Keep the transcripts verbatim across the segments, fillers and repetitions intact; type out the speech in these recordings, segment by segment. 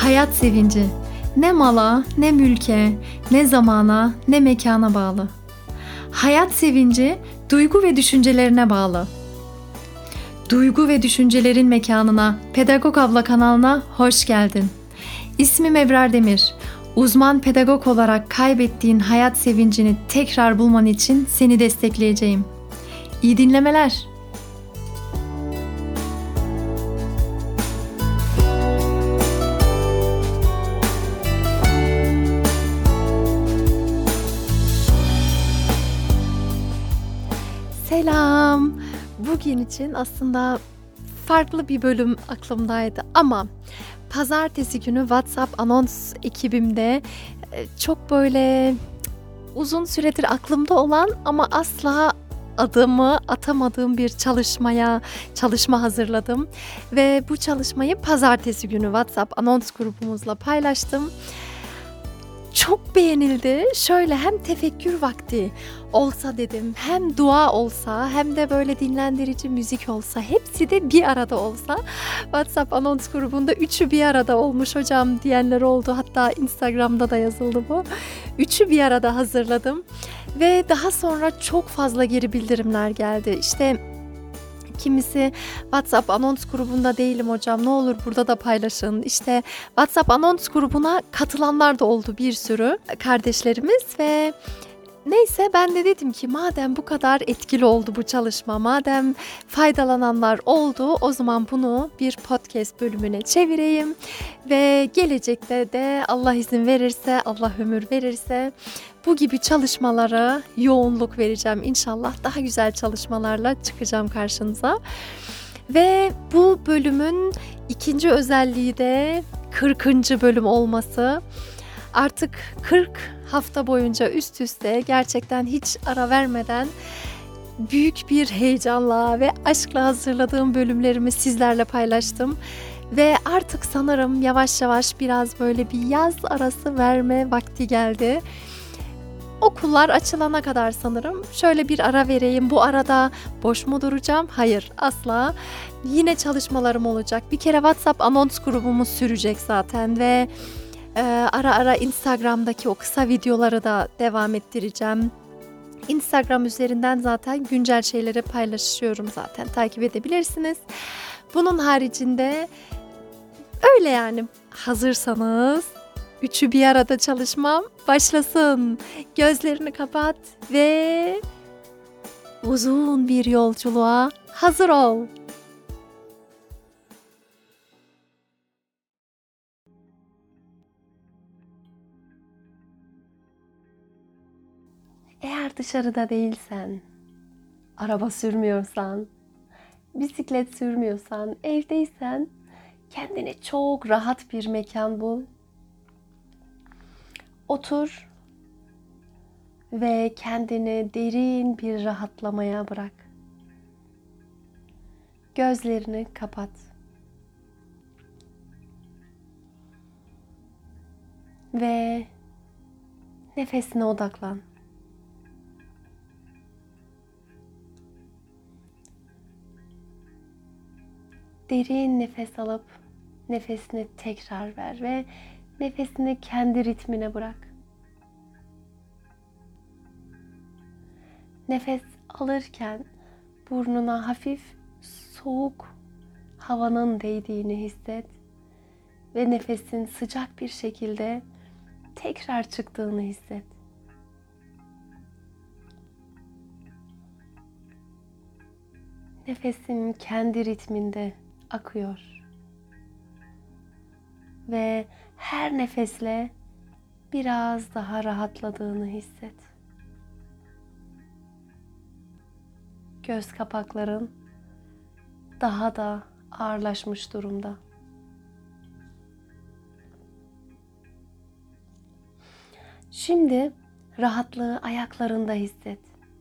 Hayat sevinci ne mala, ne mülke, ne zamana, ne mekana bağlı. Hayat sevinci duygu ve düşüncelerine bağlı. Duygu ve düşüncelerin mekanına, Pedagog Abla kanalına hoş geldin. İsmim Ebrar Demir. Uzman pedagog olarak kaybettiğin hayat sevincini tekrar bulman için seni destekleyeceğim. İyi dinlemeler. Selam. Bugün için aslında farklı bir bölüm aklımdaydı ama pazartesi günü WhatsApp anons ekibimde çok böyle uzun süredir aklımda olan ama asla adımı atamadığım bir çalışmaya çalışma hazırladım ve bu çalışmayı pazartesi günü WhatsApp anons grubumuzla paylaştım. Çok beğenildi. Şöyle hem tefekkür vakti olsa dedim, hem dua olsa, hem de böyle dinlendirici müzik olsa, hepsi de bir arada olsa. WhatsApp anons grubunda üçü bir arada olmuş hocam diyenler oldu. Hatta Instagram'da da yazıldı bu. Üçü bir arada hazırladım ve daha sonra çok fazla geri bildirimler geldi. İşte kimisi WhatsApp anons grubunda değilim hocam, ne olur burada da paylaşın. İşte WhatsApp anons grubuna katılanlar da oldu, bir sürü kardeşlerimiz ve neyse ben de dedim ki madem bu kadar etkili oldu bu çalışma, madem faydalananlar oldu, o zaman bunu bir podcast bölümüne çevireyim ve gelecekte de Allah izin verirse, Allah ömür verirse bu gibi çalışmalara yoğunluk vereceğim. İnşallah daha güzel çalışmalarla çıkacağım karşınıza. Ve bu bölümün ikinci özelliği de kırkıncı bölüm olması. Artık kırk hafta boyunca üst üste gerçekten hiç ara vermeden büyük bir heyecanla ve aşkla hazırladığım bölümlerimi sizlerle paylaştım. Ve artık sanırım yavaş yavaş biraz böyle bir yaz arası verme vakti geldi. Okullar açılana kadar sanırım şöyle bir ara vereyim. Bu arada boş mu duracağım? Hayır, asla. Yine çalışmalarım olacak. Bir kere WhatsApp anons grubumuz sürecek zaten ve e, ara ara Instagram'daki o kısa videoları da devam ettireceğim. Instagram üzerinden zaten güncel şeyleri paylaşıyorum zaten. Takip edebilirsiniz. Bunun haricinde öyle yani, hazırsanız üçü bir arada çalışmam başlasın. Gözlerini kapat ve uzun bir yolculuğa hazır ol. Eğer dışarıda değilsen, araba sürmüyorsan, bisiklet sürmüyorsan, evdeysen kendine çok rahat bir mekan bul. Otur ve kendini derin bir rahatlamaya bırak. Gözlerini kapat. Ve nefesine odaklan. Derin nefes alıp nefesini tekrar ver ve nefesini kendi ritmine bırak. Nefes alırken burnuna hafif soğuk havanın değdiğini hisset ve nefesin sıcak bir şekilde tekrar çıktığını hisset. Nefesin kendi ritminde akıyor ve her nefesle biraz daha rahatladığını hisset. Göz kapakların daha da ağırlaşmış durumda. Şimdi rahatlığı ayaklarında hisset.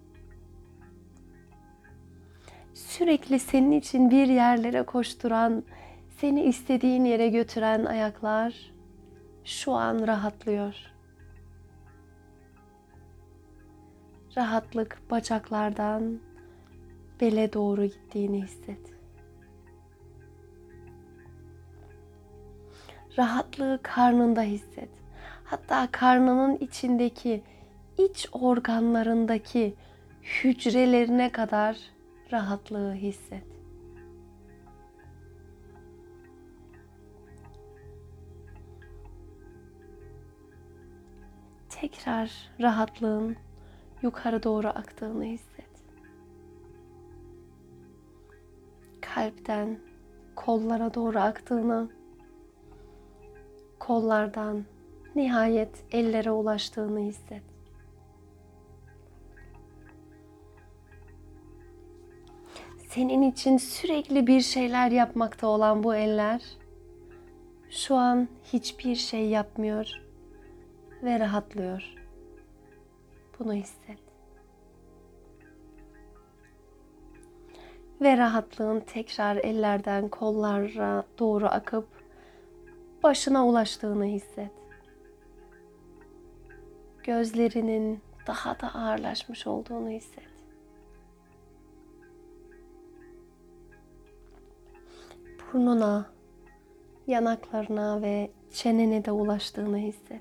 Sürekli senin için bir yerlere koşturan, seni istediğin yere götüren ayaklar şu an rahatlıyor. Rahatlık bacaklardan bele doğru gittiğini hisset. Rahatlığı karnında hisset. Hatta karnının içindeki, iç organlarındaki hücrelerine kadar rahatlığı hisset. Tekrar rahatlığın yukarı doğru aktığını hisset. Kalpten kollara doğru aktığını, kollardan nihayet ellere ulaştığını hisset. Senin için sürekli bir şeyler yapmakta olan bu eller şu an hiçbir şey yapmıyor ve rahatlıyor. Bunu hisset. Ve rahatlığın tekrar ellerden kollara doğru akıp başına ulaştığını hisset. Gözlerinin daha da ağırlaşmış olduğunu hisset. Burnuna, yanaklarına ve çenene de ulaştığını hisset.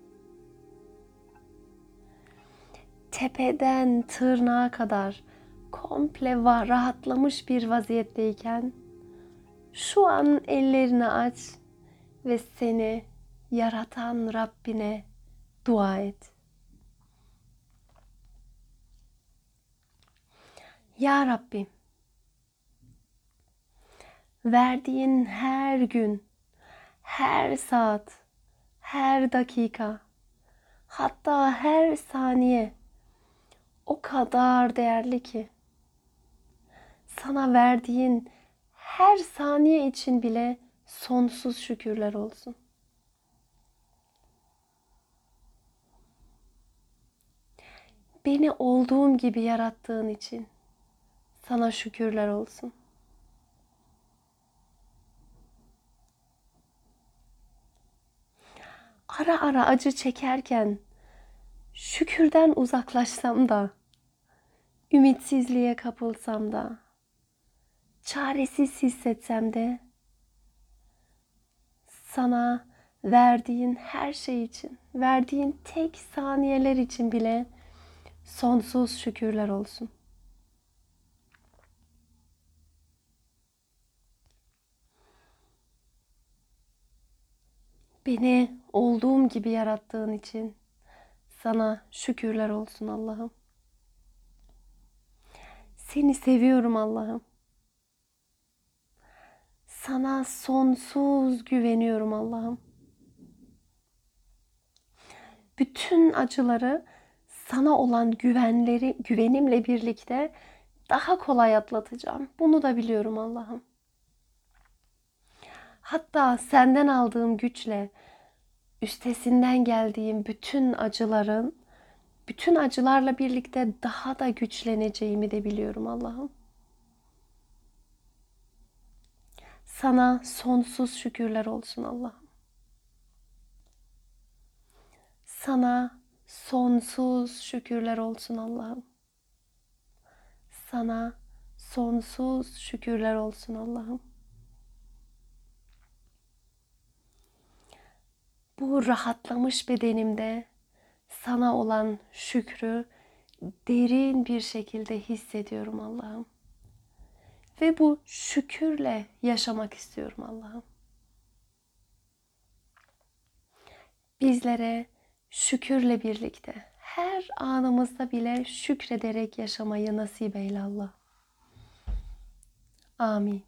Tepeden tırnağa kadar komple va- rahatlamış bir vaziyetteyken şu an ellerini aç ve seni yaratan Rabbine dua et. Ya Rabbim, verdiğin her gün, her saat, her dakika, hatta her saniye o kadar değerli ki sana verdiğin her saniye için bile sonsuz şükürler olsun. Beni olduğum gibi yarattığın için sana şükürler olsun. Ara ara acı çekerken şükürden uzaklaşsam da, ümitsizliğe kapılsam da, çaresiz hissetsem de sana verdiğin her şey için, verdiğin tek saniyeler için bile sonsuz şükürler olsun. Beni olduğum gibi yarattığın için sana şükürler olsun Allah'ım. Seni seviyorum Allah'ım. Sana sonsuz güveniyorum Allah'ım. Bütün acıları sana olan güvenleri, güvenimle birlikte daha kolay atlatacağım. Bunu da biliyorum Allah'ım. Hatta senden aldığım güçle üstesinden geldiğim bütün acıların, bütün acılarla birlikte daha da güçleneceğimi de biliyorum Allah'ım. Sana sonsuz şükürler olsun Allah'ım. Sana sonsuz şükürler olsun Allah'ım. Sana sonsuz şükürler olsun Allah'ım. Bu rahatlamış bedenimde sana olan şükrü derin bir şekilde hissediyorum Allah'ım. Ve bu şükürle yaşamak istiyorum Allah'ım. Bizlere şükürle birlikte her anımızda bile şükrederek yaşamayı nasip eyle Allah. Amin.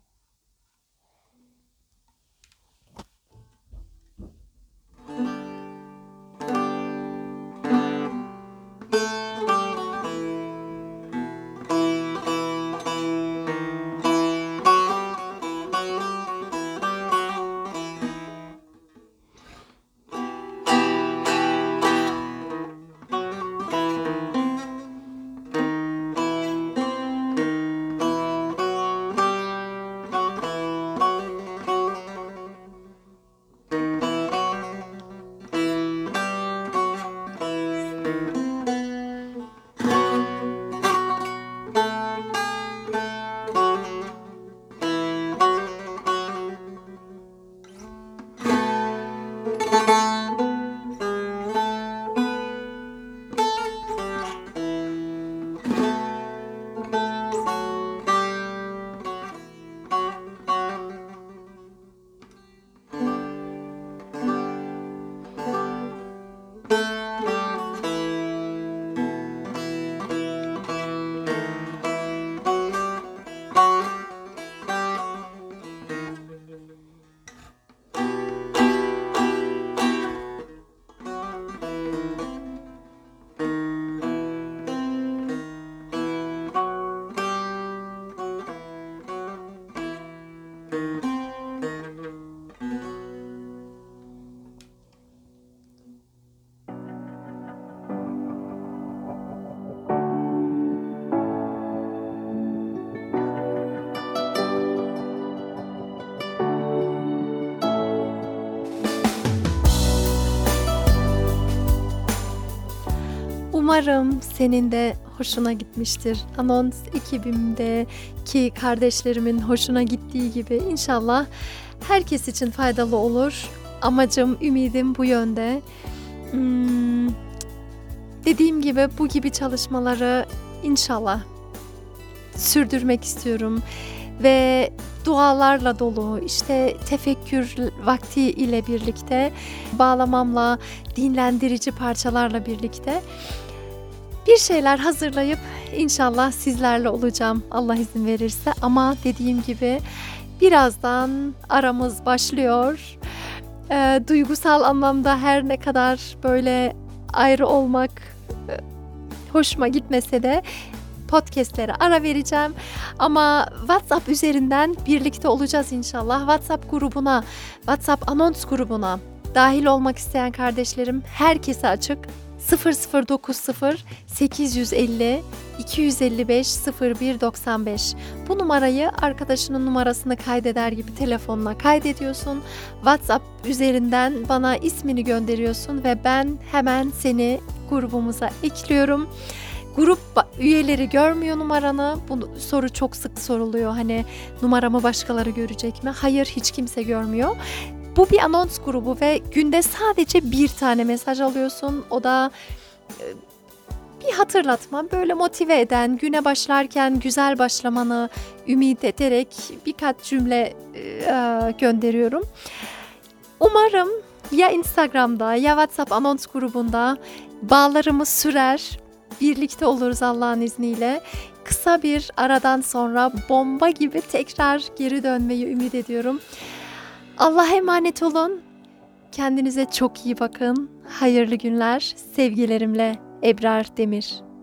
Umarım senin de hoşuna gitmiştir. Anons ekibimdeki kardeşlerimin hoşuna gittiği gibi inşallah herkes için faydalı olur. Amacım, ümidim bu yönde. Hmm, dediğim gibi bu gibi çalışmaları inşallah sürdürmek istiyorum. Ve dualarla dolu, işte tefekkür vakti ile birlikte, bağlamamla, dinlendirici parçalarla birlikte bir şeyler hazırlayıp inşallah sizlerle olacağım Allah izin verirse. Ama dediğim gibi birazdan aramız başlıyor. E, duygusal anlamda her ne kadar böyle ayrı olmak e, hoşuma gitmese de podcastlere ara vereceğim. Ama WhatsApp üzerinden birlikte olacağız inşallah. WhatsApp grubuna, WhatsApp anons grubuna dahil olmak isteyen kardeşlerim herkese açık. sıfır sıfır dokuz sıfır sekiz yüz elli iki yüz elli beş sıfır bir doksan beş. Bu numarayı arkadaşının numarasını kaydeder gibi telefonuna kaydediyorsun. WhatsApp üzerinden bana ismini gönderiyorsun ve ben hemen seni grubumuza ekliyorum. Grup üyeleri görmüyor numaranı. Bu soru çok sık soruluyor. Hani numaramı başkaları görecek mi? Hayır, hiç kimse görmüyor. Bu bir anons grubu ve günde sadece bir tane mesaj alıyorsun. O da bir hatırlatma, böyle motive eden, güne başlarken güzel başlamanı ümit ederek birkaç cümle gönderiyorum. Umarım ya Instagram'da ya WhatsApp anons grubunda bağlarımız sürer. Birlikte oluruz Allah'ın izniyle. Kısa bir aradan sonra bomba gibi tekrar geri dönmeyi ümit ediyorum. Allah'a emanet olun. Kendinize çok iyi bakın. Hayırlı günler. Sevgilerimle Ebrar Demir.